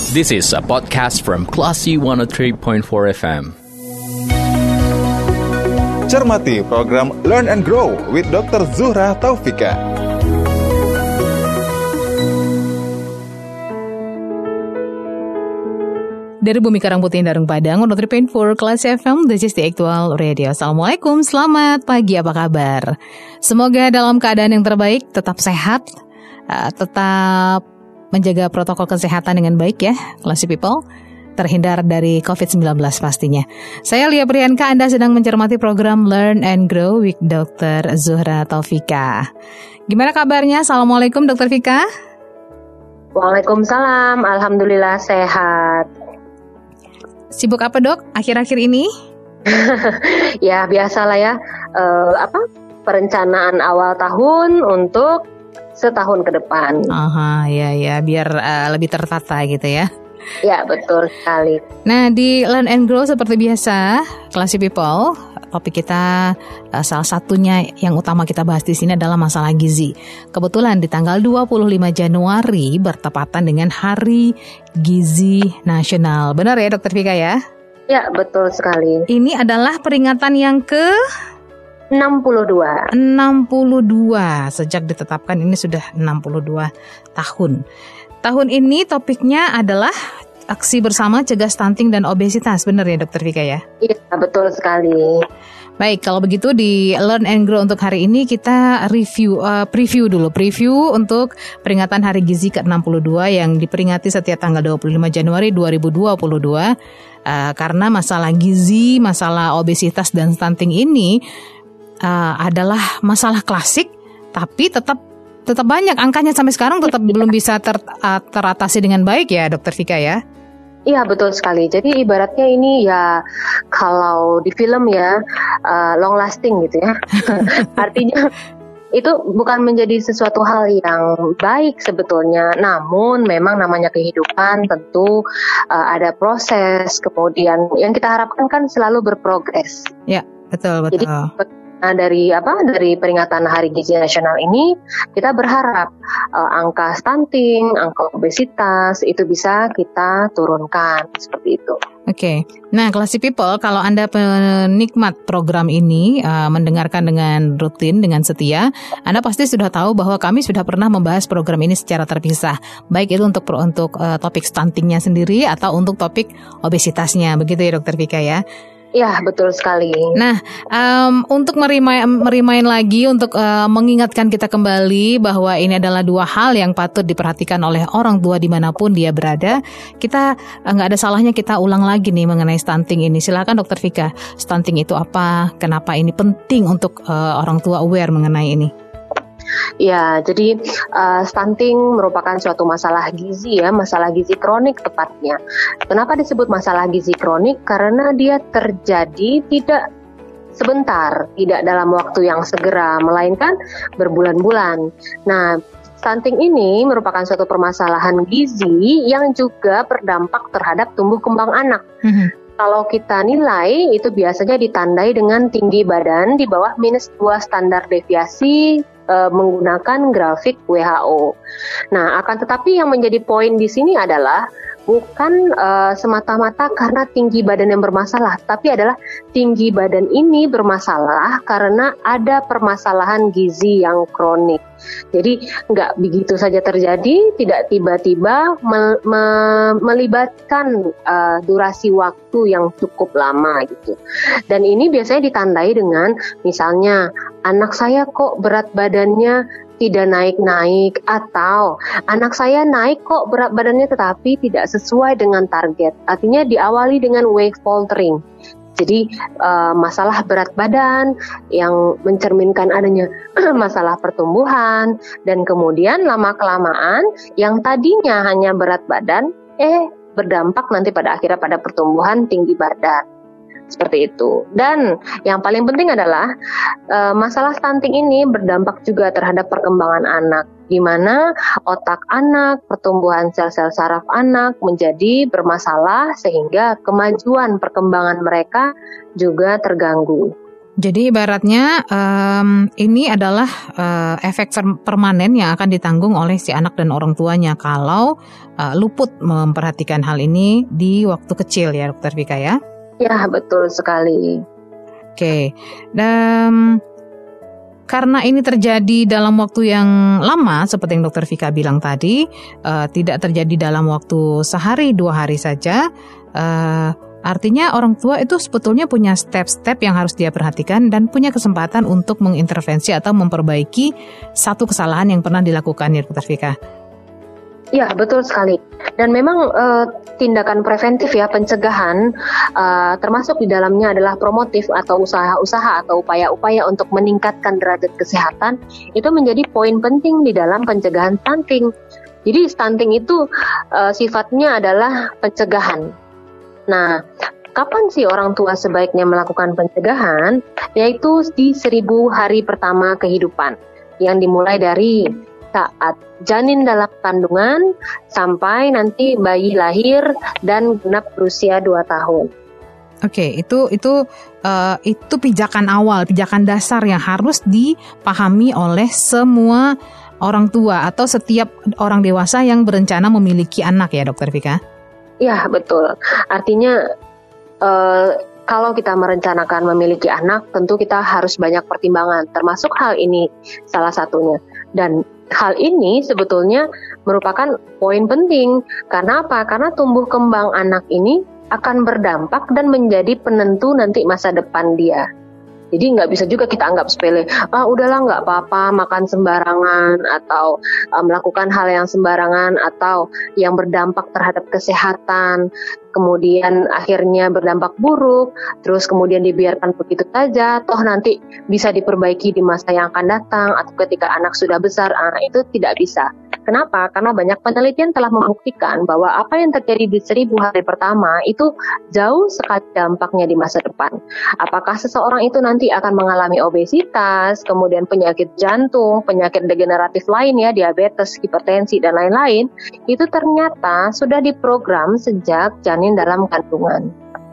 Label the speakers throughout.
Speaker 1: This is a podcast from Classy 103.4 FM.
Speaker 2: Cermati program Learn and Grow with Dr. Zuhra Taufika.
Speaker 3: Dari Bumi Karangputih Darung Padang, 103.4 Classy FM, this is the actual radio. Assalamualaikum, selamat pagi, apa kabar? Semoga dalam keadaan yang terbaik, tetap sehat, tetap menjaga protokol kesehatan dengan baik ya, Classy People. Terhindar dari COVID-19 pastinya. Saya Lia Priyanka, Anda sedang mencermati program Learn and Grow with Dr. Zuhra Taufika. Gimana kabarnya? Assalamualaikum Dr. Fika.
Speaker 4: Waalaikumsalam, alhamdulillah sehat.
Speaker 3: Sibuk apa dok akhir-akhir ini?
Speaker 4: Ya biasalah ya, perencanaan awal tahun untuk setahun ke depan.
Speaker 3: Aha, ya, biar lebih tertata gitu ya.
Speaker 4: Ya betul sekali.
Speaker 3: Nah di Learn and Grow seperti biasa, Classy People, topik kita salah satunya yang utama kita bahas di sini adalah masalah gizi. Kebetulan di tanggal 25 Januari bertepatan dengan Hari Gizi Nasional. Benar ya Dr. Fika ya?
Speaker 4: Ya betul sekali.
Speaker 3: Ini adalah peringatan yang ke
Speaker 4: 62.
Speaker 3: Sejak ditetapkan ini sudah 62 tahun. Tahun ini topiknya adalah aksi bersama cegah stunting dan obesitas. Benar ya Dr. Fika ya?
Speaker 4: Iya betul sekali.
Speaker 3: Baik, kalau begitu di Learn and Grow untuk hari ini kita preview untuk peringatan Hari Gizi ke-62 yang diperingati setiap tanggal 25 Januari 2022. Karena masalah gizi, masalah obesitas dan stunting ini adalah masalah klasik, tapi tetap banyak angkanya sampai sekarang tetap belum bisa teratasi dengan baik ya Dr. Fika ya?
Speaker 4: Iya betul sekali. Jadi ibaratnya ini ya kalau di film ya long lasting gitu ya. Artinya itu bukan menjadi sesuatu hal yang baik sebetulnya. Namun memang namanya kehidupan tentu ada proses. Kemudian yang kita harapkan kan selalu berprogres.
Speaker 3: Ya betul.
Speaker 4: Jadi dari peringatan Hari Gizi Nasional ini kita berharap angka stunting, angka obesitas itu bisa kita turunkan seperti itu.
Speaker 3: Oke. Nah, Classy People, kalau Anda penikmat program ini mendengarkan dengan rutin, dengan setia, Anda pasti sudah tahu bahwa kami sudah pernah membahas program ini secara terpisah. Baik itu untuk topik stuntingnya sendiri atau untuk topik obesitasnya. Begitu ya Dr. Fika ya?
Speaker 4: Ya betul sekali.
Speaker 3: Nah, untuk merimain lagi, untuk mengingatkan kita kembali bahwa ini adalah dua hal yang patut diperhatikan oleh orang tua dimanapun dia berada. Kita nggak ada salahnya kita ulang lagi nih mengenai stunting ini. Silakan Dr. Fika, stunting itu apa? Kenapa ini penting untuk orang tua aware mengenai ini?
Speaker 4: Ya, jadi stunting merupakan suatu masalah gizi ya, masalah gizi kronik tepatnya. Kenapa disebut masalah gizi kronik? Karena dia terjadi tidak sebentar, tidak dalam waktu yang segera, melainkan berbulan-bulan. Nah, stunting ini merupakan suatu permasalahan gizi yang juga berdampak terhadap tumbuh kembang anak. Kalau kita nilai itu biasanya ditandai dengan tinggi badan di bawah -2 standar deviasi menggunakan grafik WHO. Nah, akan tetapi yang menjadi poin di sini adalah bukan semata-mata karena tinggi badan yang bermasalah, tapi adalah tinggi badan ini bermasalah karena ada permasalahan gizi yang kronik. Jadi nggak begitu saja terjadi, tidak tiba-tiba melibatkan durasi waktu yang cukup lama gitu. Dan ini biasanya ditandai dengan misalnya anak saya kok berat badannya tidak naik-naik, atau anak saya naik kok berat badannya tetapi tidak sesuai dengan target. Artinya diawali dengan weight faltering. Jadi masalah berat badan yang mencerminkan adanya masalah pertumbuhan, dan kemudian lama-kelamaan yang tadinya hanya berat badan berdampak nanti pada akhirnya pada pertumbuhan tinggi badan. Seperti itu. Dan yang paling penting adalah masalah stunting ini berdampak juga terhadap perkembangan anak, di mana otak anak, pertumbuhan sel-sel saraf anak menjadi bermasalah sehingga kemajuan perkembangan mereka juga terganggu.
Speaker 3: Jadi ibaratnya ini adalah efek permanen yang akan ditanggung oleh si anak dan orang tuanya kalau luput memperhatikan hal ini di waktu kecil ya Dokter Vika ya?
Speaker 4: Ya, betul sekali.
Speaker 3: Oke, dan karena ini terjadi dalam waktu yang lama seperti yang Dokter Vika bilang tadi, tidak terjadi dalam waktu sehari 2 hari saja, artinya orang tua itu sebetulnya punya step-step yang harus dia perhatikan dan punya kesempatan untuk mengintervensi atau memperbaiki satu kesalahan yang pernah dilakukan ya Dokter Vika.
Speaker 4: Ya, betul sekali. Dan memang tindakan preventif ya, pencegahan, termasuk di dalamnya adalah promotif atau usaha-usaha atau upaya-upaya untuk meningkatkan derajat kesehatan, itu menjadi poin penting di dalam pencegahan stunting. Jadi stunting itu sifatnya adalah pencegahan. Nah, kapan sih orang tua sebaiknya melakukan pencegahan? Yaitu di 1000 hari pertama kehidupan, yang dimulai dari saat janin dalam kandungan sampai nanti bayi lahir dan genap berusia 2 tahun.
Speaker 3: Oke, itu pijakan awal, pijakan dasar yang harus dipahami oleh semua orang tua atau setiap orang dewasa yang berencana memiliki anak ya Dokter Vika?
Speaker 4: Ya, betul. Artinya kalau kita merencanakan memiliki anak, tentu kita harus banyak pertimbangan, termasuk hal ini salah satunya. Dan hal ini sebetulnya merupakan poin penting. Karena apa? Karena tumbuh kembang anak ini akan berdampak dan menjadi penentu nanti masa depan dia. Jadi nggak bisa juga kita anggap sepele, udahlah nggak apa-apa makan sembarangan atau melakukan hal yang sembarangan atau yang berdampak terhadap kesehatan, kemudian akhirnya berdampak buruk, terus kemudian dibiarkan begitu saja, toh nanti bisa diperbaiki di masa yang akan datang atau ketika anak sudah besar, itu tidak bisa. Kenapa? Karena banyak penelitian telah membuktikan bahwa apa yang terjadi di 1000 hari pertama itu jauh sekali dampaknya di masa depan. Apakah seseorang itu nanti akan mengalami obesitas, kemudian penyakit jantung, penyakit degeneratif lain ya, diabetes, hipertensi, dan lain-lain, itu ternyata sudah diprogram sejak janin dalam kandungan.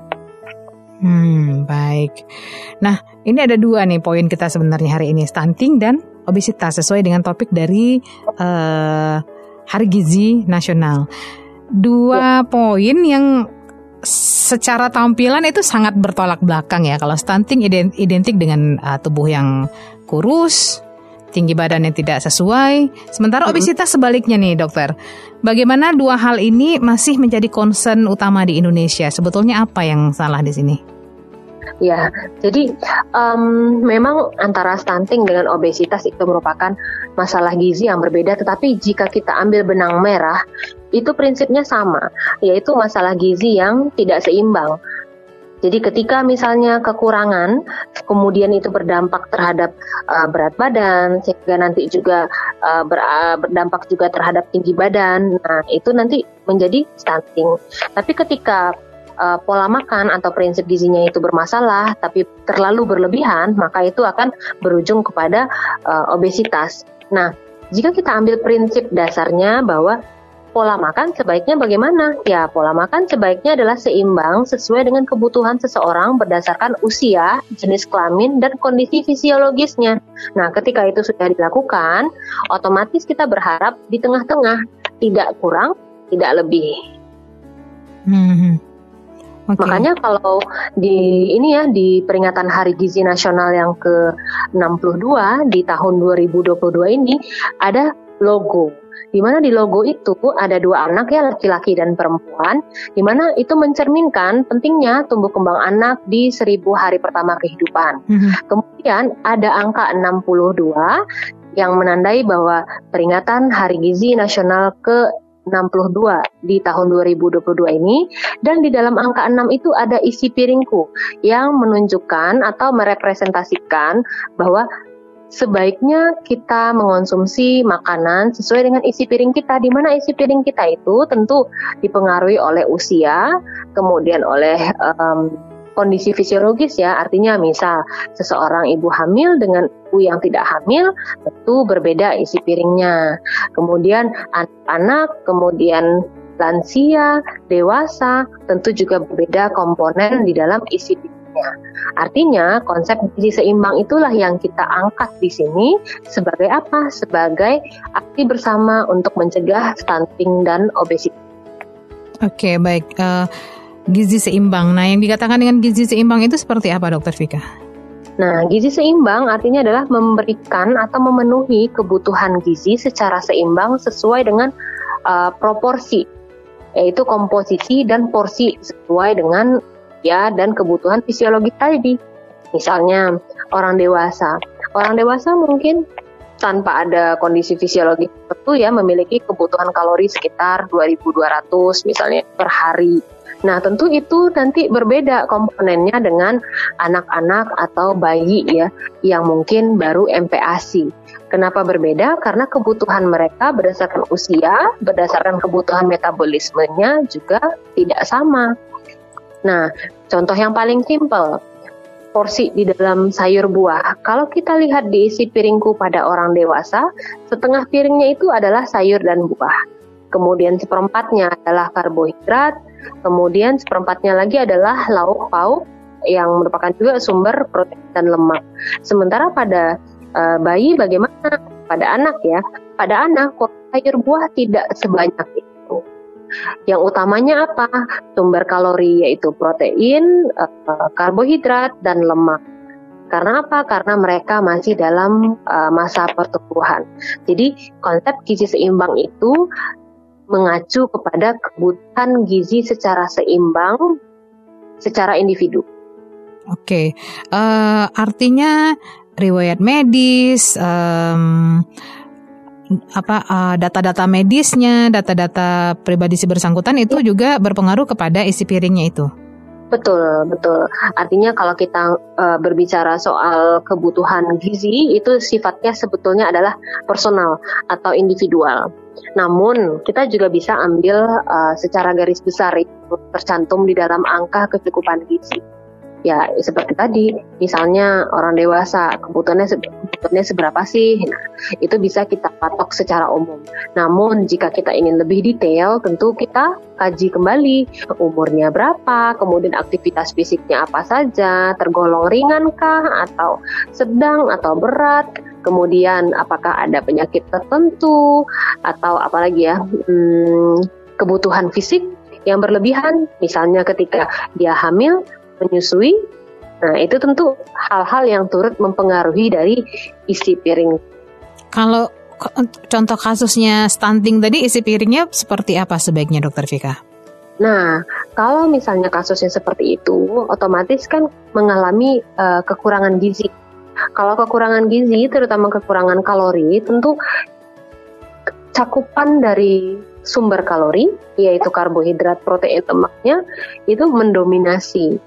Speaker 3: Baik. Nah, ini ada 2 nih poin kita sebenarnya hari ini, stunting dan obesitas sesuai dengan topik dari Hari Gizi Nasional. 2 poin yang secara tampilan itu sangat bertolak belakang ya. Kalau stunting identik dengan tubuh yang kurus, tinggi badan yang tidak sesuai. Sementara obesitas sebaliknya nih dokter. Bagaimana 2 hal ini masih menjadi concern utama di Indonesia? Sebetulnya apa yang salah di sini?
Speaker 4: Ya, jadi memang antara stunting dengan obesitas itu merupakan masalah gizi yang berbeda. Tetapi jika kita ambil benang merah, itu prinsipnya sama, yaitu masalah gizi yang tidak seimbang. Jadi ketika misalnya kekurangan, kemudian itu berdampak terhadap berat badan, sehingga nanti juga berdampak juga terhadap tinggi badan. Nah, itu nanti menjadi stunting. Tapi ketika pola makan atau prinsip gizinya itu bermasalah, tapi terlalu berlebihan, maka itu akan berujung kepada obesitas. Nah, jika kita ambil prinsip dasarnya bahwa pola makan sebaiknya bagaimana? Ya, pola makan sebaiknya adalah seimbang sesuai dengan kebutuhan seseorang berdasarkan usia, jenis kelamin, dan kondisi fisiologisnya. Nah, ketika itu sudah dilakukan, otomatis kita berharap di tengah-tengah, tidak kurang, tidak lebih. Okay. Makanya kalau di peringatan Hari Gizi Nasional yang ke-62 di tahun 2022 ini ada logo. Di mana di logo itu ada 2 anak ya, laki-laki dan perempuan, di mana itu mencerminkan pentingnya tumbuh kembang anak di 1000 hari pertama kehidupan. Kemudian ada angka 62 yang menandai bahwa peringatan Hari Gizi Nasional ke-62 di tahun 2022 ini, dan di dalam angka 6 itu ada isi piringku yang menunjukkan atau merepresentasikan bahwa sebaiknya kita mengonsumsi makanan sesuai dengan isi piring kita, di mana isi piring kita itu tentu dipengaruhi oleh usia, kemudian oleh kondisi fisiologis ya, artinya misal seseorang ibu hamil dengan ibu yang tidak hamil tentu berbeda isi piringnya. Kemudian anak-anak, kemudian lansia, dewasa tentu juga berbeda komponen di dalam isi piringnya. kebutuhannya. Artinya konsep gizi seimbang itulah yang kita angkat di sini sebagai apa? Sebagai aksi bersama untuk mencegah stunting dan obesitas.
Speaker 3: Oke, baik. Gizi seimbang. Nah, yang dikatakan dengan gizi seimbang itu seperti apa, Dokter Vika?
Speaker 4: Nah, gizi seimbang artinya adalah memberikan atau memenuhi kebutuhan gizi secara seimbang sesuai dengan proporsi, yaitu komposisi dan porsi sesuai dengan dan kebutuhan fisiologis tadi. Misalnya orang dewasa mungkin tanpa ada kondisi fisiologis tertentu memiliki kebutuhan kalori sekitar 2.200 misalnya per hari. Nah, tentu itu nanti berbeda komponennya dengan anak-anak atau bayi yang mungkin baru MPASI. Kenapa berbeda? Karena kebutuhan mereka berdasarkan usia, berdasarkan kebutuhan metabolismenya juga tidak sama. Nah, contoh yang paling simpel, porsi di dalam sayur buah. Kalau kita lihat di isi piringku pada orang dewasa, setengah piringnya itu adalah sayur dan buah. Kemudian seperempatnya adalah karbohidrat, kemudian seperempatnya lagi adalah lauk pauk yang merupakan juga sumber protein dan lemak. Sementara pada bayi bagaimana? Pada anak pada anak sayur buah tidak sebanyak itu. Yang utamanya apa? Sumber kalori yaitu protein, karbohidrat, dan lemak. Karena apa? Karena mereka masih dalam masa pertumbuhan. Jadi konsep gizi seimbang itu mengacu kepada kebutuhan gizi secara seimbang secara individu.
Speaker 3: Oke, artinya riwayat medis, data-data medisnya, data-data pribadi si bersangkutan itu juga berpengaruh kepada isi piringnya itu.
Speaker 4: Betul. Artinya kalau kita berbicara soal kebutuhan gizi itu sifatnya sebetulnya adalah personal atau individual. Namun kita juga bisa ambil secara garis besar itu tercantum di dalam angka kecukupan gizi. Ya seperti tadi, misalnya orang dewasa kebutuhannya seberapa sih? Nah, itu bisa kita patok secara umum. Namun jika kita ingin lebih detail, tentu kita kaji kembali umurnya berapa, kemudian aktivitas fisiknya apa saja, tergolong ringankah atau sedang atau berat, kemudian apakah ada penyakit tertentu atau apalagi kebutuhan fisik yang berlebihan, misalnya ketika dia hamil, menyusui. Nah, itu tentu hal-hal yang turut mempengaruhi dari isi piring.
Speaker 3: Kalau contoh kasusnya stunting tadi, isi piringnya seperti apa sebaiknya, Dokter Vika?
Speaker 4: Nah, kalau misalnya kasusnya seperti itu, otomatis kan mengalami kekurangan gizi. Kalau kekurangan gizi, terutama kekurangan kalori, tentu cakupan dari sumber kalori, yaitu karbohidrat, protein, lemaknya, itu mendominasi.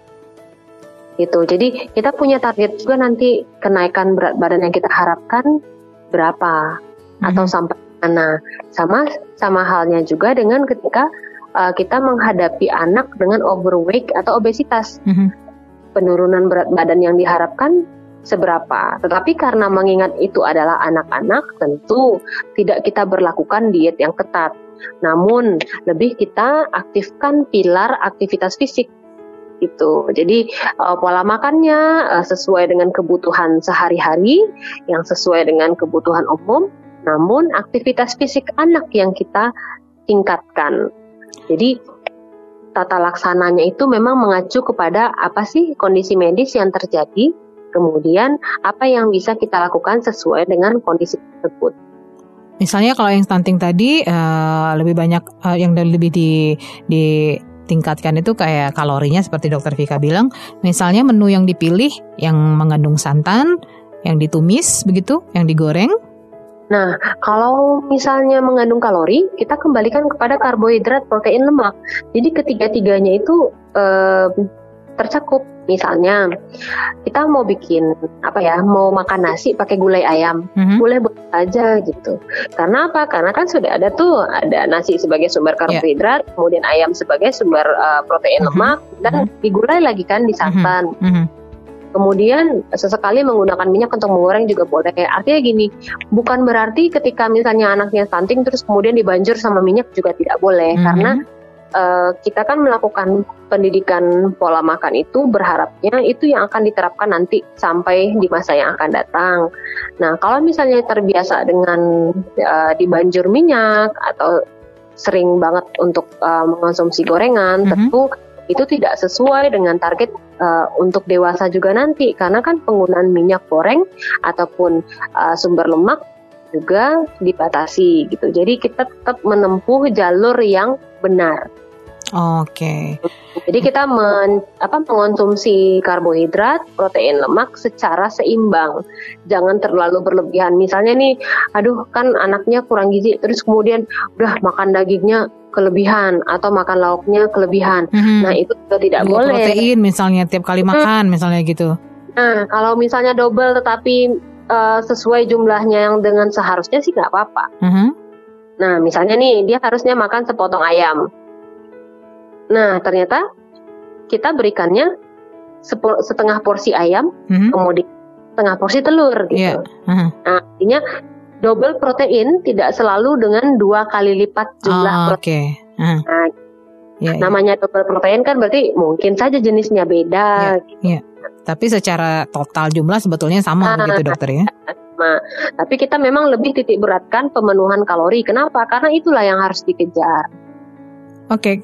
Speaker 4: Gitu. Jadi kita punya target juga nanti kenaikan berat badan yang kita harapkan berapa atau sampai mana. Sama halnya juga dengan ketika kita menghadapi anak dengan overweight atau obesitas. Penurunan berat badan yang diharapkan seberapa. Tetapi karena mengingat itu adalah anak-anak, tentu tidak kita berlakukan diet yang ketat. Namun lebih kita aktifkan pilar aktivitas fisik. Gitu. Jadi pola makannya sesuai dengan kebutuhan sehari-hari, yang sesuai dengan kebutuhan umum, namun aktivitas fisik anak yang kita tingkatkan. Jadi tata laksananya itu memang mengacu kepada apa sih kondisi medis yang terjadi, kemudian apa yang bisa kita lakukan sesuai dengan kondisi tersebut.
Speaker 3: Misalnya kalau yang stunting tadi lebih banyak yang lebih ditingkatkan itu kayak kalorinya seperti Dokter Vika bilang, misalnya menu yang dipilih yang mengandung santan, yang ditumis begitu, yang digoreng.
Speaker 4: Nah, kalau misalnya mengandung kalori, kita kembalikan kepada karbohidrat, protein, lemak. Jadi ketiga-tiganya itu tercakup. Misalnya kita mau bikin mau makan nasi pakai gulai ayam, boleh aja gitu. Karena apa? Karena kan sudah ada nasi sebagai sumber karbohidrat, kemudian ayam sebagai sumber protein lemak, dan digulai lagi kan di santan. Kemudian sesekali menggunakan minyak untuk menggoreng juga boleh. Artinya gini, bukan berarti ketika misalnya anaknya stunting terus kemudian dibanjur sama minyak juga tidak boleh, karena kita kan melakukan pendidikan pola makan itu berharapnya itu yang akan diterapkan nanti sampai di masa yang akan datang. Nah, kalau misalnya terbiasa dengan dibanjur minyak atau sering banget untuk mengonsumsi gorengan, tentu itu tidak sesuai dengan target untuk dewasa juga nanti, karena kan penggunaan minyak goreng ataupun sumber lemak juga dibatasi gitu. Jadi kita tetap menempuh jalur yang benar.
Speaker 3: Oke.
Speaker 4: Jadi kita mengonsumsi karbohidrat, protein, lemak secara seimbang. Jangan terlalu berlebihan. Misalnya nih, aduh kan anaknya kurang gizi, terus kemudian udah makan dagingnya kelebihan atau makan lauknya kelebihan. Nah, itu juga tidak boleh.
Speaker 3: Protein misalnya tiap kali makan misalnya gitu.
Speaker 4: Nah, kalau misalnya double tetapi sesuai jumlahnya yang dengan seharusnya sih nggak apa-apa. Nah, misalnya nih dia harusnya makan sepotong ayam. Nah, ternyata kita berikannya setengah porsi ayam, kemudian setengah porsi telur gitu. Nah, artinya double protein tidak selalu dengan 2 kali lipat jumlah protein. Nah, namanya double protein kan berarti mungkin saja jenisnya beda.
Speaker 3: Tapi secara total jumlah sebetulnya sama begitu dokter ya?
Speaker 4: Nah, tapi kita memang lebih titik beratkan pemenuhan kalori. Kenapa? Karena itulah yang harus dikejar.
Speaker 3: Oke,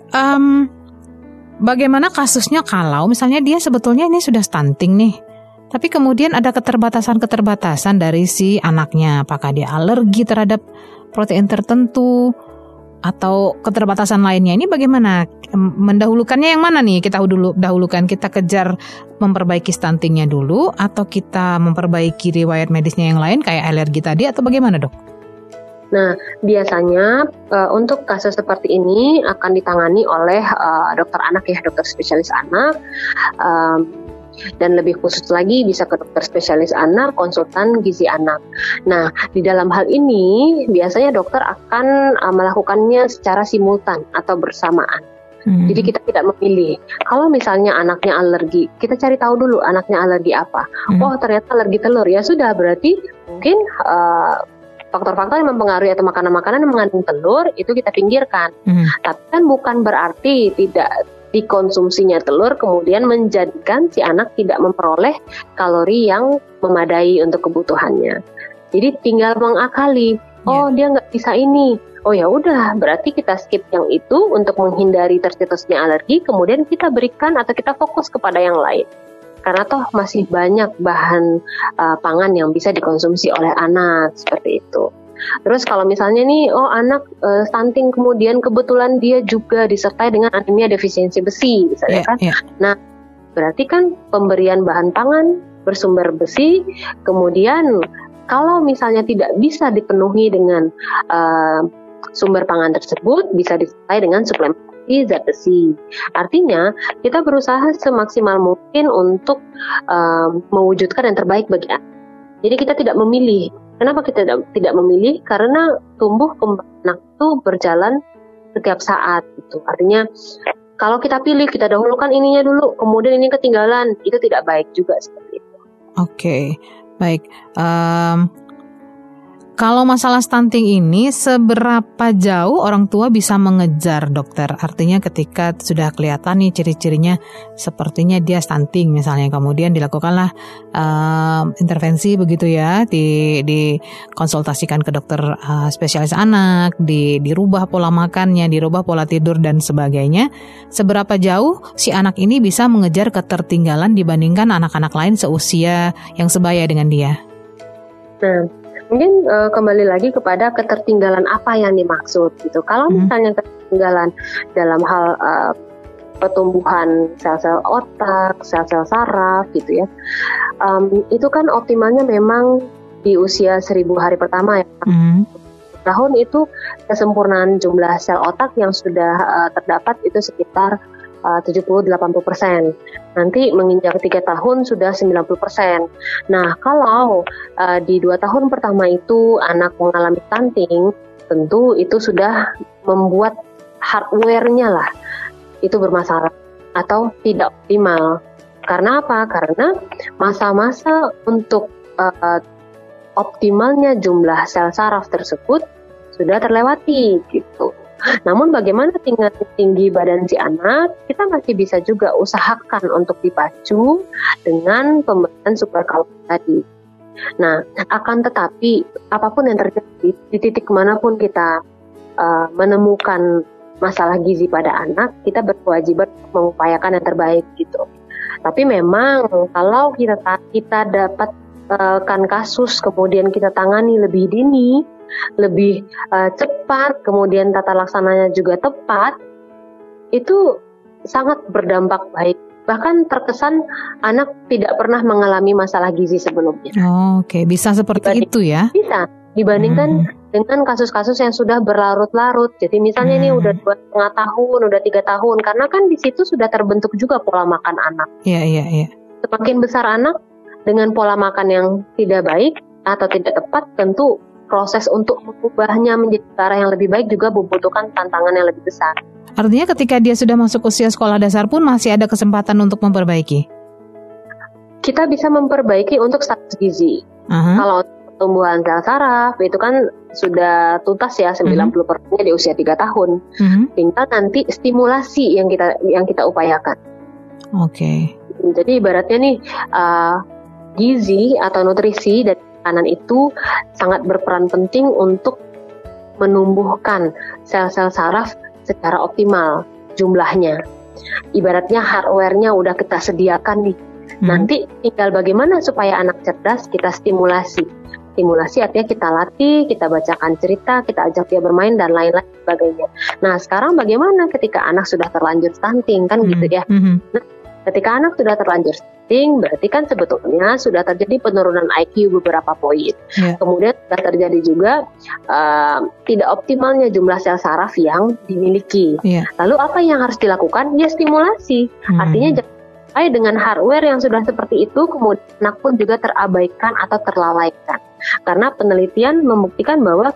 Speaker 3: bagaimana kasusnya kalau misalnya dia sebetulnya ini sudah stunting nih, tapi kemudian ada keterbatasan dari si anaknya, apakah dia alergi terhadap protein tertentu atau keterbatasan lainnya, ini bagaimana? Mendahulukannya yang mana nih? Kita dahulukan, kita kejar memperbaiki stuntingnya dulu, atau kita memperbaiki riwayat medisnya yang lain kayak alergi tadi, atau bagaimana dok?
Speaker 4: Nah, biasanya untuk kasus seperti ini akan ditangani oleh dokter anak ya, dokter spesialis anak, dan lebih khusus lagi bisa ke dokter spesialis anak, konsultan gizi anak. Nah, di dalam hal ini biasanya dokter akan melakukannya secara simultan atau bersamaan. Jadi kita tidak memilih. Kalau misalnya anaknya alergi, kita cari tahu dulu anaknya alergi apa. Oh, ternyata alergi telur. Ya sudah, berarti mungkin faktor-faktor yang mempengaruhi atau makanan-makanan yang mengandung telur itu kita pinggirkan. Tapi kan bukan berarti tidak dikonsumsinya telur kemudian menjadikan si anak tidak memperoleh kalori yang memadai untuk kebutuhannya. Jadi tinggal mengakali. Oh, dia nggak bisa ini. Oh ya udah, berarti kita skip yang itu untuk menghindari tercetusnya alergi. Kemudian kita berikan atau kita fokus kepada yang lain. Karena toh masih banyak bahan pangan yang bisa dikonsumsi oleh anak seperti itu. Terus kalau misalnya nih, anak stunting kemudian kebetulan dia juga disertai dengan anemia defisiensi besi, misalnya kan. Nah, berarti kan pemberian bahan pangan bersumber besi, kemudian kalau misalnya tidak bisa dipenuhi dengan sumber pangan tersebut, bisa disertai dengan suplementasi zat besi. Artinya kita berusaha semaksimal mungkin untuk mewujudkan yang terbaik bagi anak. Jadi kita tidak memilih. Kenapa kita tidak memilih? Karena tumbuh kembang anak itu berjalan setiap saat. Gitu. Artinya kalau kita pilih, kita dahulukan ininya dulu, kemudian ini ketinggalan, itu tidak baik juga seperti itu.
Speaker 3: Oke, baik. Kalau masalah stunting ini, seberapa jauh orang tua bisa mengejar dokter? Artinya ketika sudah kelihatan nih ciri-cirinya sepertinya dia stunting misalnya, kemudian dilakukanlah intervensi begitu ya, dikonsultasikan ke dokter spesialis anak, dirubah pola makannya, dirubah pola tidur dan sebagainya. Seberapa jauh si anak ini bisa mengejar ketertinggalan dibandingkan anak-anak lain seusia yang sebaya dengan dia?
Speaker 4: Nah, mungkin kembali lagi kepada ketertinggalan apa yang dimaksud gitu. Kalau misalnya ketertinggalan dalam hal pertumbuhan sel-sel otak, sel-sel saraf gitu ya, itu kan optimalnya memang di usia 1000 hari pertama ya. Tahun itu kesempurnaan jumlah sel otak yang sudah terdapat itu sekitar 70-80%. Nanti menginjak 3 tahun sudah 90%. Nah, kalau di 2 tahun pertama itu anak mengalami stunting, tentu itu sudah membuat hardware-nya lah itu bermasalah atau tidak optimal. Karena apa? Karena masa-masa untuk optimalnya jumlah sel saraf tersebut sudah terlewati gitu. Namun bagaimana tinggi badan si anak, kita masih bisa juga usahakan untuk dipacu dengan pemberian super kalori tadi. Nah, akan tetapi apapun yang terjadi, di titik manapun kita menemukan masalah gizi pada anak, kita berkewajiban mengupayakan yang terbaik gitu. Tapi memang kalau kita dapatkan kasus, kemudian kita tangani lebih dini, lebih cepat, kemudian tata laksananya juga tepat, itu sangat berdampak baik. Bahkan terkesan anak tidak pernah mengalami masalah gizi sebelumnya.
Speaker 3: Oke, bisa seperti itu ya?
Speaker 4: Bisa, dibandingkan dengan kasus-kasus yang sudah berlarut-larut. Jadi misalnya ini udah 2,5 tahun, udah 3 tahun, karena kan di situ sudah terbentuk juga pola makan anak.
Speaker 3: Iya.
Speaker 4: Semakin besar anak dengan pola makan yang tidak baik atau tidak tepat, tentu proses untuk mengubahnya menjadi ke arah yang lebih baik juga membutuhkan tantangan yang lebih besar.
Speaker 3: Artinya ketika dia sudah masuk usia sekolah dasar pun masih ada kesempatan untuk memperbaiki?
Speaker 4: Kita bisa memperbaiki untuk status gizi. Kalau pertumbuhan sel saraf itu kan sudah tuntas ya, 90%-nya di usia 3 tahun. Tinggal nanti stimulasi yang kita upayakan. Oke. Jadi ibaratnya nih, gizi atau nutrisi dari makanan itu sangat berperan penting untuk menumbuhkan sel-sel saraf secara optimal jumlahnya. Ibaratnya hardware-nya udah kita sediakan nih. Nanti tinggal bagaimana supaya anak cerdas, kita stimulasi. Stimulasi artinya kita latih, kita bacakan cerita, kita ajak dia bermain dan lain-lain sebagainya. Nah, sekarang bagaimana ketika anak sudah terlanjur stunting, kan gitu ya. Nah, ketika anak sudah terlanjur stunting, berarti kan sebetulnya sudah terjadi penurunan IQ beberapa poin. Kemudian sudah terjadi juga tidak optimalnya jumlah sel saraf yang dimiliki. Lalu apa yang harus dilakukan? Ya stimulasi. Artinya dengan hardware yang sudah seperti itu, kemudian anak pun juga terabaikan atau terlalaikan. Karena penelitian membuktikan bahwa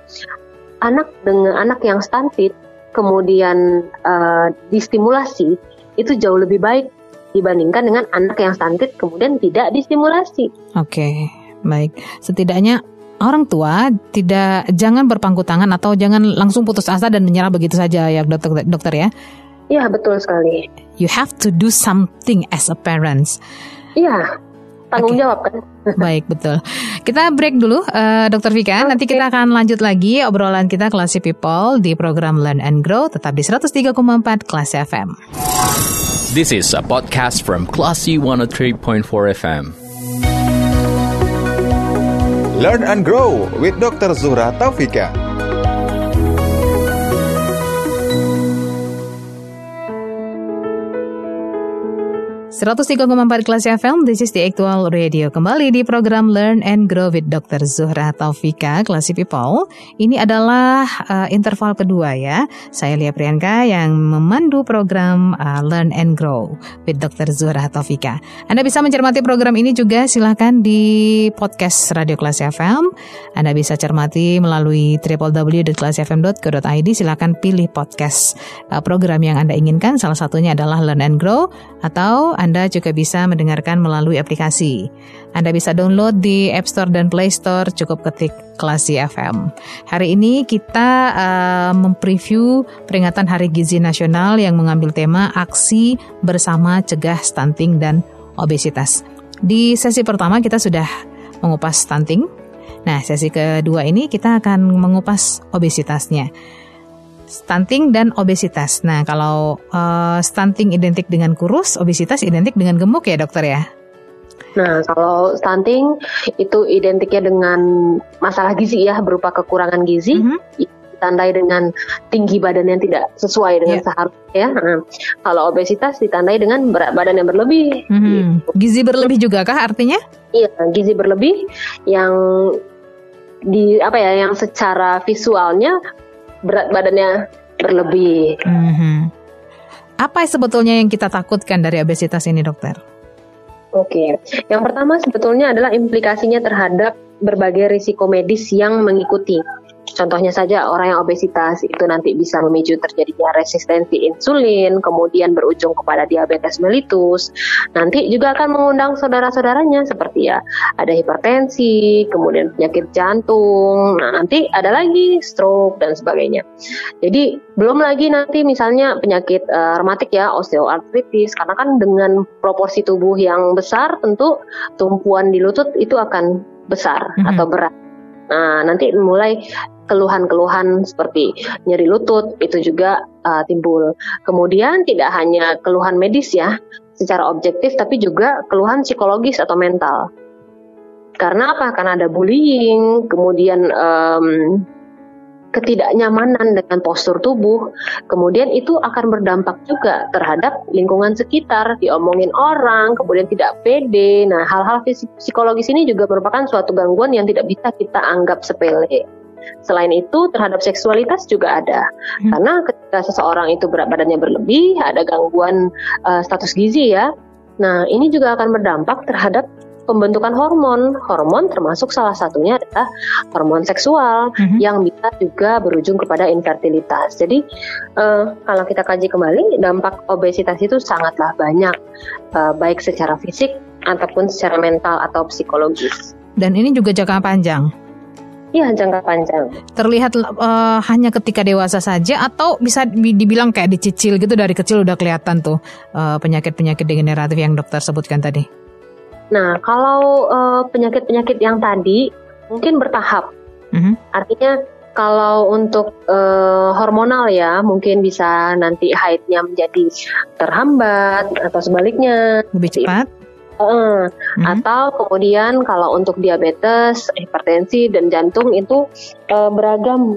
Speaker 4: anak yang stunted kemudian distimulasi itu jauh lebih baik dibandingkan dengan anak yang stunted kemudian tidak distimulasi. Oke, baik. Setidaknya orang tua jangan berpangku tangan atau jangan langsung putus asa dan menyerah begitu saja ya dokter ya. Iya, betul sekali. You have to do something as a parents. Iya, tanggung jawab kan. Baik, betul. Kita break dulu, Dr. Vika. Nanti kita akan lanjut lagi obrolan kita Classy People di program Learn and Grow. Tetap di 103,4 Classy FM.
Speaker 1: This is a podcast from Classy 103.4 FM.
Speaker 2: Learn and Grow with Dr. Zuhra Taufika.
Speaker 3: 103,4 Classy FM, this is the actual radio. Kembali di program Learn and Grow with Dr. Zuhra Taufika, Classy People. Ini adalah interval kedua ya. Saya Lia Priyanka yang memandu program Learn and Grow with Dr. Zuhra Taufika. Anda bisa mencermati program ini juga silakan di podcast Radio Classy FM. Anda bisa cermati melalui www.classyfm.co.id. Silakan pilih podcast program yang Anda inginkan. Salah satunya adalah Learn and Grow, atau Anda juga bisa mendengarkan melalui aplikasi. Anda bisa download di App Store dan Play Store, cukup ketik Classy FM. Hari ini kita mempreview peringatan Hari Gizi Nasional yang mengambil tema Aksi Bersama Cegah Stunting dan Obesitas. Di sesi pertama kita sudah mengupas stunting. Nah, sesi kedua ini kita akan mengupas obesitasnya. Stunting dan obesitas. Nah, kalau stunting identik dengan kurus, obesitas identik dengan gemuk ya dokter ya? Nah, kalau stunting itu identiknya dengan masalah gizi ya, berupa kekurangan gizi, ditandai dengan tinggi badan yang tidak sesuai dengan seharusnya. Nah, kalau obesitas ditandai dengan berat badan yang berlebih. Gitu. Gizi berlebih juga kah artinya? Iya, gizi berlebih yang yang secara visualnya berat badannya berlebih. Apa sebetulnya yang kita takutkan dari obesitas ini, dokter? Oke, yang pertama sebetulnya adalah implikasinya terhadap berbagai risiko medis yang mengikuti.
Speaker 4: Contohnya saja orang yang obesitas itu nanti bisa memicu terjadinya resistensi insulin, kemudian berujung kepada diabetes mellitus. Nanti juga akan mengundang saudara-saudaranya seperti ya ada hipertensi, kemudian penyakit jantung, nah nanti ada lagi stroke dan sebagainya. Jadi belum lagi nanti misalnya penyakit rematik ya, osteoartritis, karena kan dengan proporsi tubuh yang besar tentu tumpuan di lutut itu akan besar atau berat. Nah, nanti mulai keluhan-keluhan seperti nyeri lutut itu juga timbul. Kemudian tidak hanya keluhan medis ya, secara objektif, tapi juga keluhan psikologis atau mental. Karena apa? Karena ada bullying, kemudian ketidaknyamanan dengan postur tubuh, kemudian itu akan berdampak juga terhadap lingkungan sekitar, diomongin orang, kemudian tidak pede. Nah, hal-hal psikologis ini juga merupakan suatu gangguan yang tidak bisa kita anggap sepele. Selain itu, terhadap seksualitas juga ada. Karena ketika seseorang itu berat badannya berlebih, ada gangguan status gizi ya. Nah, ini juga akan berdampak terhadap pembentukan hormon. Hormon termasuk salah satunya adalah hormon seksual yang bisa juga berujung kepada infertilitas. Jadi kalau kita kaji kembali, dampak obesitas itu sangatlah banyak, baik secara fisik ataupun secara mental atau psikologis.
Speaker 3: Dan ini juga jangka panjang?
Speaker 4: Iya, jangka panjang.
Speaker 3: Terlihat hanya ketika dewasa saja atau bisa dibilang kayak dicicil gitu, dari kecil udah kelihatan tuh penyakit-penyakit degeneratif yang dokter sebutkan tadi?
Speaker 4: Nah, kalau penyakit-penyakit yang tadi mungkin bertahap. Artinya kalau untuk hormonal ya, mungkin bisa nanti haidnya menjadi terhambat atau sebaliknya.
Speaker 3: Lebih cepat?
Speaker 4: Atau kemudian kalau untuk diabetes, hipertensi, dan jantung itu beragam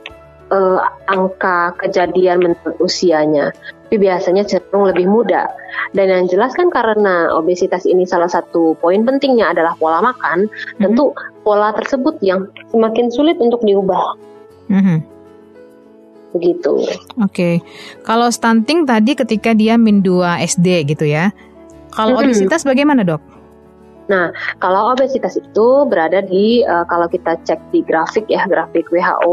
Speaker 4: angka kejadian menurut usianya. Tapi biasanya cenderung lebih muda. Dan yang jelas kan karena obesitas ini salah satu poin pentingnya adalah pola makan, tentu pola tersebut yang semakin sulit untuk diubah. Begitu.
Speaker 3: Oke. Kalau stunting tadi ketika dia min 2 SD gitu ya. Kalau obesitas bagaimana, Dok?
Speaker 4: Nah, kalau obesitas itu berada di kalau kita cek di grafik ya, grafik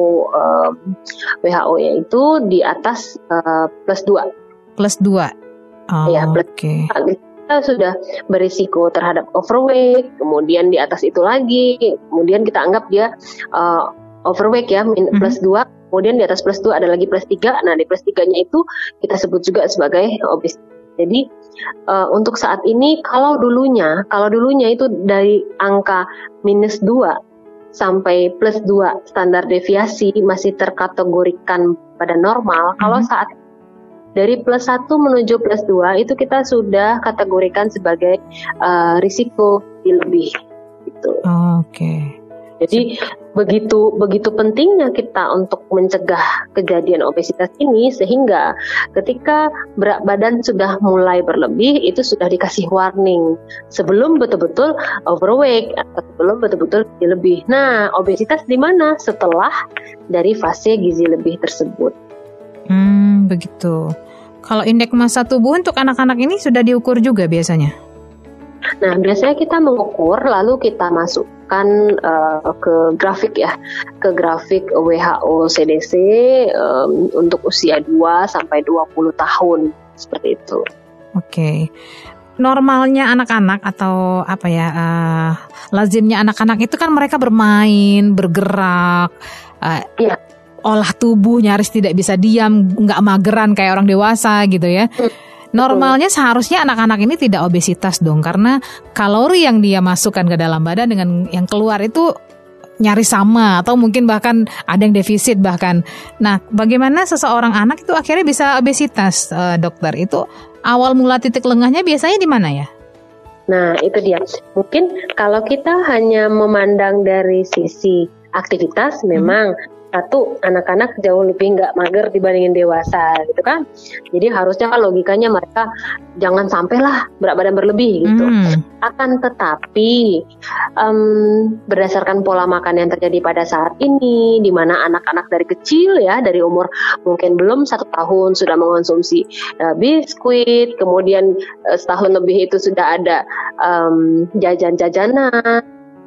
Speaker 4: WHO yaitu di atas plus 2.
Speaker 3: Plus 2.
Speaker 4: Ya,
Speaker 3: Oke.
Speaker 4: Kita sudah berisiko terhadap overweight, kemudian di atas itu lagi, kemudian kita anggap dia overweight ya, plus 2, kemudian di atas plus 2 ada lagi plus 3, nah di plus 3-nya itu kita sebut juga sebagai obesitas. Jadi untuk saat ini kalau dulunya itu dari angka minus 2 sampai plus 2 standar deviasi masih terkategorikan pada normal, kalau saat dari plus 1 menuju plus 2 itu kita sudah kategorikan sebagai risiko lebih gitu.
Speaker 3: Oke.
Speaker 4: Jadi begitu pentingnya kita untuk mencegah kejadian obesitas ini, sehingga ketika berat badan sudah mulai berlebih itu sudah dikasih warning sebelum betul-betul overweight atau sebelum betul-betul gizi lebih. Nah, obesitas di mana? Setelah dari fase gizi lebih tersebut.
Speaker 3: Begitu. Kalau indeks massa tubuh untuk anak-anak ini sudah diukur juga biasanya?
Speaker 4: Nah, biasanya kita mengukur lalu kita masukkan ke grafik ya, ke grafik WHO CDC untuk usia 2 sampai 20 tahun seperti itu. Oke.
Speaker 3: Normalnya anak-anak atau lazimnya anak-anak itu kan mereka bermain, bergerak, olah tubuh nyaris tidak bisa diam, nggak mageran kayak orang dewasa gitu ya. Normalnya seharusnya anak-anak ini tidak obesitas dong, karena kalori yang dia masukkan ke dalam badan dengan yang keluar itu nyaris sama atau mungkin bahkan ada yang defisit bahkan. Nah, bagaimana seseorang anak itu akhirnya bisa obesitas, dokter? Itu awal mula titik lengahnya biasanya di mana ya?
Speaker 4: Nah, itu dia. Mungkin kalau kita hanya memandang dari sisi aktivitas, memang satu, anak-anak jauh lebih nggak mager dibandingin dewasa gitu kan. Jadi harusnya kan logikanya mereka jangan sampailah berat badan berlebih gitu. Akan tetapi berdasarkan pola makan yang terjadi pada saat ini, di mana anak-anak dari kecil ya, dari umur mungkin belum 1 tahun sudah mengonsumsi biskuit, kemudian setahun lebih itu sudah ada jajan-jajanan,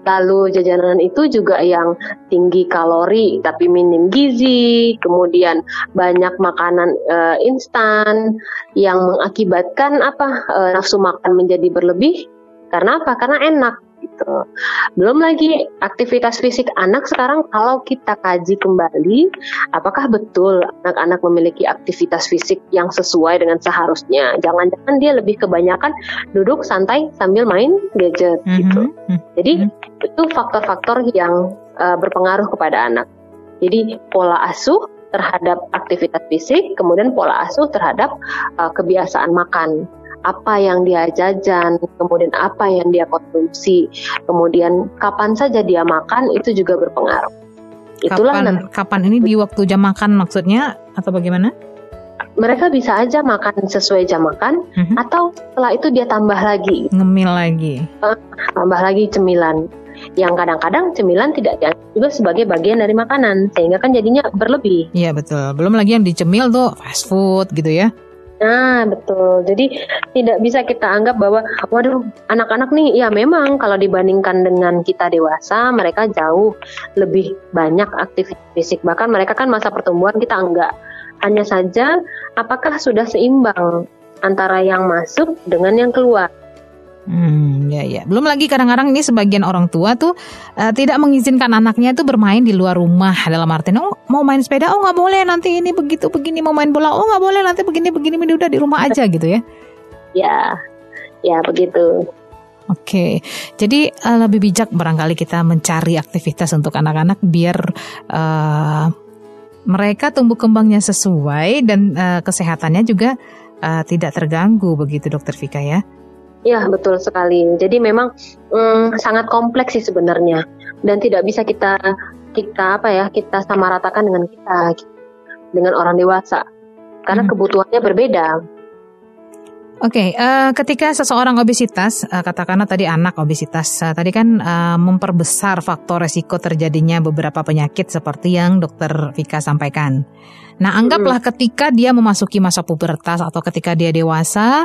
Speaker 4: Lalu jajanan itu juga yang tinggi kalori tapi minim gizi, kemudian banyak makanan instan yang mengakibatkan nafsu makan menjadi berlebih. Karena apa? Karena enak gitu. Belum lagi aktivitas fisik anak sekarang, kalau kita kaji kembali, apakah betul anak-anak memiliki aktivitas fisik yang sesuai dengan seharusnya? Jangan-jangan dia lebih kebanyakan duduk santai sambil main gadget gitu. Jadi itu faktor-faktor yang berpengaruh kepada anak. Jadi pola asuh terhadap aktivitas fisik, kemudian pola asuh terhadap kebiasaan makan. Apa yang dia jajan, kemudian apa yang dia konsumsi, kemudian kapan saja dia makan, itu juga berpengaruh. Itulah
Speaker 3: kapan ini di waktu jam makan maksudnya atau bagaimana?
Speaker 4: Mereka bisa aja makan sesuai jam makan, atau setelah itu dia tambah lagi.
Speaker 3: Ngemil lagi.
Speaker 4: Tambah lagi cemilan. Yang kadang-kadang cemilan tidak dianggap juga sebagai bagian dari makanan, sehingga kan jadinya berlebih.
Speaker 3: Iya betul. Belum lagi yang dicemil tuh fast food gitu ya.
Speaker 4: Nah betul, jadi tidak bisa kita anggap bahwa waduh anak-anak nih, ya memang kalau dibandingkan dengan kita dewasa mereka jauh lebih banyak aktivitas fisik, bahkan mereka kan masa pertumbuhan, kita enggak. Hanya saja apakah sudah seimbang antara yang masuk dengan yang keluar.
Speaker 3: Ya. Belum lagi kadang-kadang ini sebagian orang tua tuh tidak mengizinkan anaknya itu bermain di luar rumah. Dalam artian, mau main sepeda, nggak boleh, nanti ini begitu begini, mau main bola, nggak boleh, nanti begini udah di rumah aja gitu ya. Ya begitu. Oke, jadi lebih bijak barangkali kita mencari aktivitas untuk anak-anak biar mereka tumbuh kembangnya sesuai dan kesehatannya juga tidak terganggu, begitu Dokter Vika ya.
Speaker 4: Ya betul sekali. Jadi memang sangat kompleks sih sebenarnya, dan tidak bisa kita samaratakan dengan orang dewasa karena kebutuhannya berbeda.
Speaker 3: Oke, ketika seseorang obesitas, katakanlah tadi anak obesitas, tadi kan memperbesar faktor resiko terjadinya beberapa penyakit seperti yang Dokter Vika sampaikan. Nah, anggaplah ketika dia memasuki masa pubertas atau ketika dia dewasa,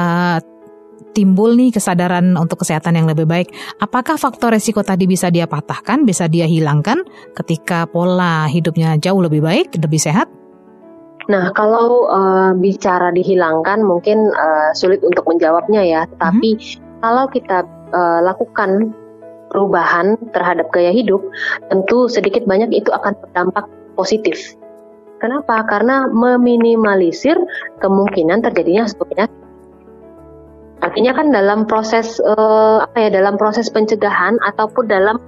Speaker 3: timbul nih kesadaran untuk kesehatan yang lebih baik. Apakah faktor resiko tadi bisa dia patahkan, bisa dia hilangkan ketika pola hidupnya jauh lebih baik, lebih sehat?
Speaker 4: Nah, kalau bicara dihilangkan mungkin sulit untuk menjawabnya ya. Tapi kalau kita lakukan perubahan terhadap gaya hidup, tentu sedikit banyak itu akan berdampak positif. Kenapa? Karena meminimalisir kemungkinan terjadinya suatu penyakit. Artinya kan dalam proses dalam proses pencegahan ataupun dalam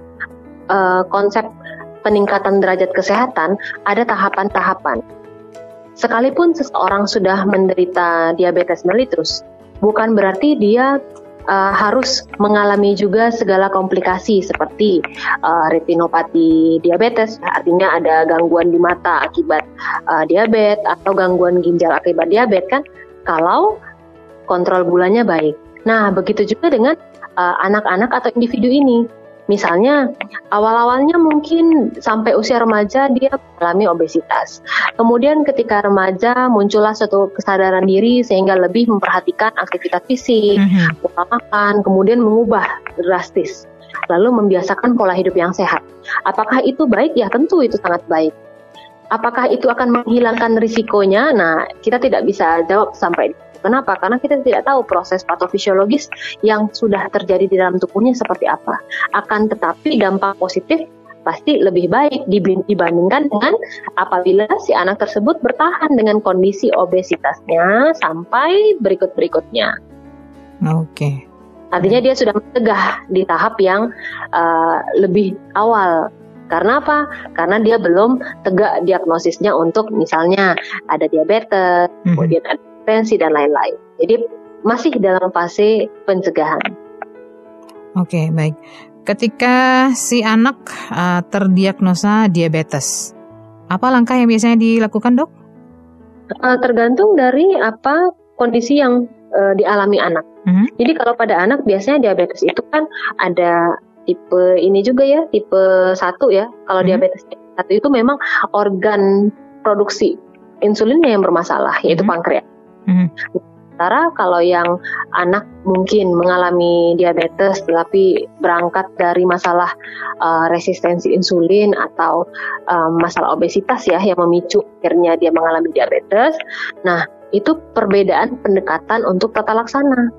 Speaker 4: konsep peningkatan derajat kesehatan ada tahapan-tahapan. Sekalipun seseorang sudah menderita diabetes mellitus, bukan berarti dia harus mengalami juga segala komplikasi seperti retinopati diabetes, artinya ada gangguan di mata akibat diabetes atau gangguan ginjal akibat diabetes kan, kalau kontrol gulanya baik. Nah, begitu juga dengan anak-anak atau individu ini. Misalnya, awal-awalnya mungkin sampai usia remaja dia mengalami obesitas. Kemudian ketika remaja muncullah suatu kesadaran diri sehingga lebih memperhatikan aktivitas fisik, pola makan, kemudian mengubah drastis. Lalu membiasakan pola hidup yang sehat. Apakah itu baik? Ya tentu itu sangat baik. Apakah itu akan menghilangkan risikonya? Nah, kita tidak bisa jawab sampai. Kenapa? Karena kita tidak tahu proses patofisiologis yang sudah terjadi di dalam tubuhnya seperti apa. Akan tetapi dampak positif pasti lebih baik dibandingkan dengan apabila si anak tersebut bertahan dengan kondisi obesitasnya sampai berikut-berikutnya.
Speaker 3: Oke.
Speaker 4: Artinya dia sudah mencegah di tahap yang lebih awal. Karena apa? Karena dia belum tegak diagnosisnya untuk misalnya ada diabetes, kemudian ada tensi dan lain-lain. Jadi masih dalam fase pencegahan.
Speaker 3: Oke, baik. Ketika si anak terdiagnosa diabetes, apa langkah yang biasanya dilakukan, Dok?
Speaker 4: Tergantung dari apa kondisi yang dialami anak. Jadi kalau pada anak biasanya diabetes itu kan ada tipe ini juga ya, tipe 1 ya. Kalau diabetes 1 itu memang organ produksi insulinnya yang bermasalah, yaitu pankreas. Sementara kalau yang anak mungkin mengalami diabetes tetapi berangkat dari masalah resistensi insulin atau masalah obesitas ya yang memicu akhirnya dia mengalami diabetes. Nah, itu perbedaan pendekatan untuk tata laksana.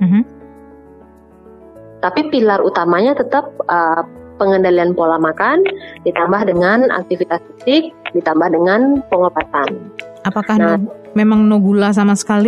Speaker 4: Tapi pilar utamanya tetap pengendalian pola makan ditambah dengan aktivitas fisik ditambah dengan pengobatan.
Speaker 3: Apakah memang no gula sama sekali?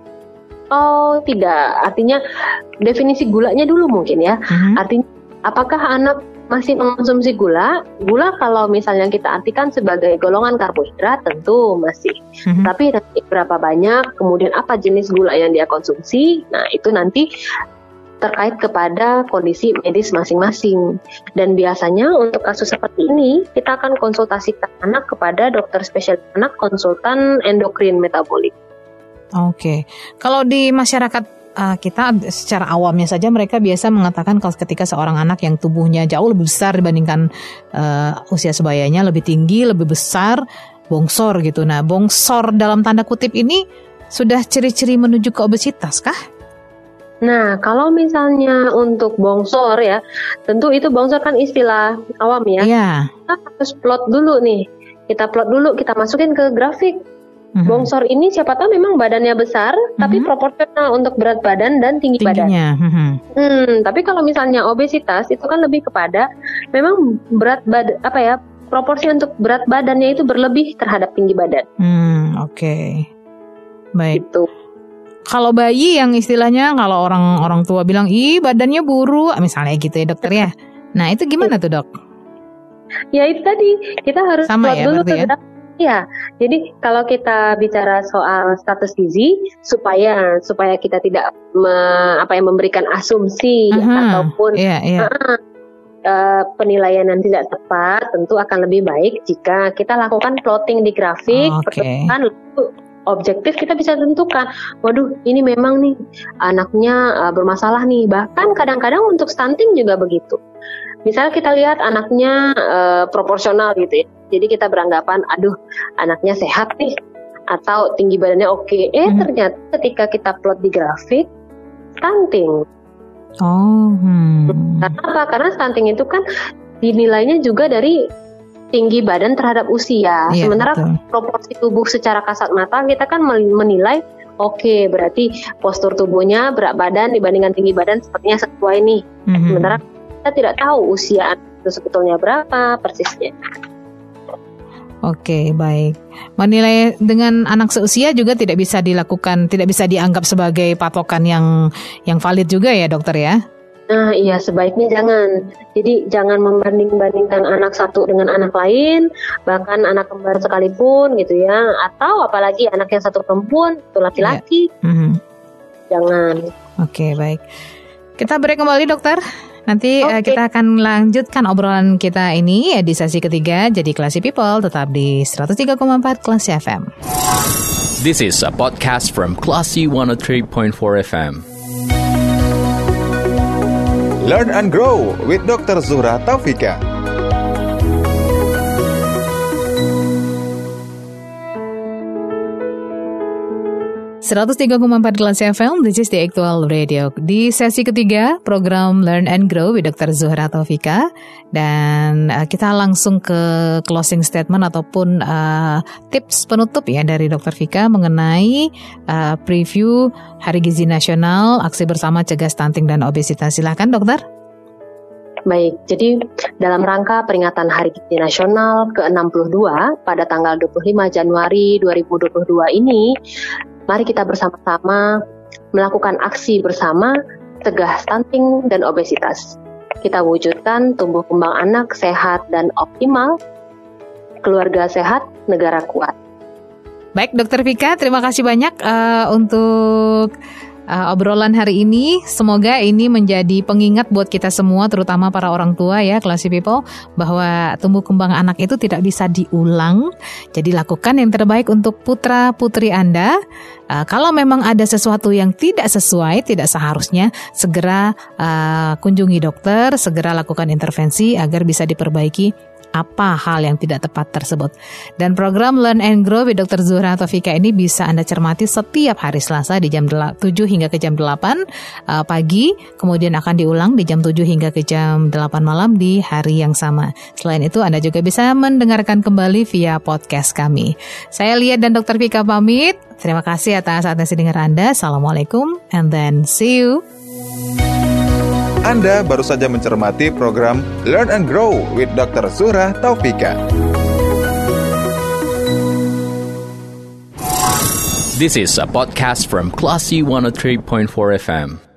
Speaker 4: Oh tidak, artinya definisi gulanya dulu mungkin ya. Artinya apakah anak masih mengonsumsi gula? Gula kalau misalnya kita artikan sebagai golongan karbohidrat tentu masih. Tapi nanti berapa banyak, kemudian apa jenis gula yang dia konsumsi, nah itu nanti terkait kepada kondisi medis masing-masing. Dan biasanya untuk kasus seperti ini, kita akan konsultasikan anak kepada dokter spesialis anak, konsultan endokrin metabolik.
Speaker 3: Oke. Kalau di masyarakat kita secara awamnya saja mereka biasa mengatakan kalau ketika seorang anak yang tubuhnya jauh lebih besar dibandingkan usia sebayanya, lebih tinggi, lebih besar, bongsor gitu. Nah, bongsor dalam tanda kutip ini sudah ciri-ciri menuju ke obesitas kah?
Speaker 4: Nah, kalau misalnya untuk bongsor ya, tentu itu bongsor kan istilah awam ya.
Speaker 3: Iya.
Speaker 4: Kita harus plot dulu nih. Kita plot dulu, kita masukin ke grafik. Bongsor ini siapa tahu memang badannya besar, tapi proporsional untuk berat badan dan tinggi badan. Tapi kalau misalnya obesitas itu kan lebih kepada memang berat badan proporsi untuk berat badannya itu berlebih terhadap tinggi badan.
Speaker 3: Oke. Baik.
Speaker 4: Gitu.
Speaker 3: Kalau bayi yang istilahnya kalau orang tua bilang badannya buru, misalnya gitu ya dokter ya. Nah itu gimana tuh dok?
Speaker 4: Ya itu tadi kita harus
Speaker 3: sama
Speaker 4: plot
Speaker 3: ya,
Speaker 4: dulu
Speaker 3: ya?
Speaker 4: Ya, jadi kalau kita bicara soal status gizi supaya kita tidak memberikan asumsi ataupun penilaian yang tidak tepat, tentu akan lebih baik jika kita lakukan plotting di grafik, pertemuan lalu objektif kita bisa tentukan, waduh ini memang nih anaknya bermasalah nih. Bahkan kadang-kadang untuk stunting juga begitu. Misalnya kita lihat anaknya proporsional gitu ya. Jadi kita beranggapan, aduh anaknya sehat nih atau tinggi badannya oke. Ternyata ketika kita plot di grafik, stunting. Karena apa? Karena stunting itu kan dinilainya juga dari tinggi badan terhadap usia. Sementara proporsi tubuh secara kasat mata kita kan menilai oke, berarti postur tubuhnya, berat badan dibandingkan tinggi badan sepertinya sesuai nih. Sementara kita tidak tahu usia anak itu sebetulnya berapa persisnya.
Speaker 3: Oke, baik. Menilai dengan anak seusia juga tidak bisa dilakukan, tidak bisa dianggap sebagai patokan yang valid juga ya dokter ya?
Speaker 4: Nah iya, sebaiknya jangan. Jadi jangan membanding-bandingkan anak satu dengan anak lain, bahkan anak kembar sekalipun gitu ya. Atau apalagi anak yang satu perempuan, itu laki-laki. Jangan. Oke,
Speaker 3: baik. Kita break kembali dokter. Nanti kita akan lanjutkan obrolan kita ini di sesi ketiga. Jadi Classy People tetap di 103,4 Classy FM.
Speaker 1: This is a podcast from Classy 103.4 FM.
Speaker 2: Learn and grow with Dr. Zuhra Taufika.
Speaker 3: (103,4) Classy FM, this is the actual radio. Di sesi ketiga program Learn and Grow with Dr. Zuhra Taufika. Dan kita langsung ke closing statement ataupun tips penutup ya dari Dr. Vika mengenai preview Hari Gizi Nasional, aksi bersama cegah stunting dan obesitas. Silakan dokter.
Speaker 4: Baik, jadi dalam rangka peringatan Hari Gizi Nasional ke-62 pada tanggal 25 Januari 2022 ini, mari kita bersama-sama melakukan aksi bersama cegah stunting dan obesitas. Kita wujudkan tumbuh kembang anak sehat dan optimal, keluarga sehat, negara kuat.
Speaker 3: Baik, Dr. Vika, terima kasih banyak untuk obrolan hari ini. Semoga ini menjadi pengingat buat kita semua, terutama para orang tua ya, Classy People, bahwa tumbuh kembang anak itu tidak bisa diulang. Jadi lakukan yang terbaik untuk putra putri Anda. Kalau memang ada sesuatu yang tidak sesuai, tidak seharusnya, segera kunjungi dokter, segera lakukan intervensi agar bisa diperbaiki apa hal yang tidak tepat tersebut. Dan program Learn and Grow with Dr. Zuhra Taufika ini bisa Anda cermati setiap hari Selasa di jam 7 hingga ke jam 8 pagi, kemudian akan diulang di jam 7 hingga ke jam 8 malam di hari yang sama. Selain itu Anda juga bisa mendengarkan kembali via podcast kami. Saya Lia dan Dr. Vika pamit. Terima kasih atas atensi dengar Anda. Assalamualaikum and then see you.
Speaker 2: Anda baru saja mencermati program Learn and Grow with Dr. Zuhra Taufika.
Speaker 1: This is a podcast from Classy 103.4 FM.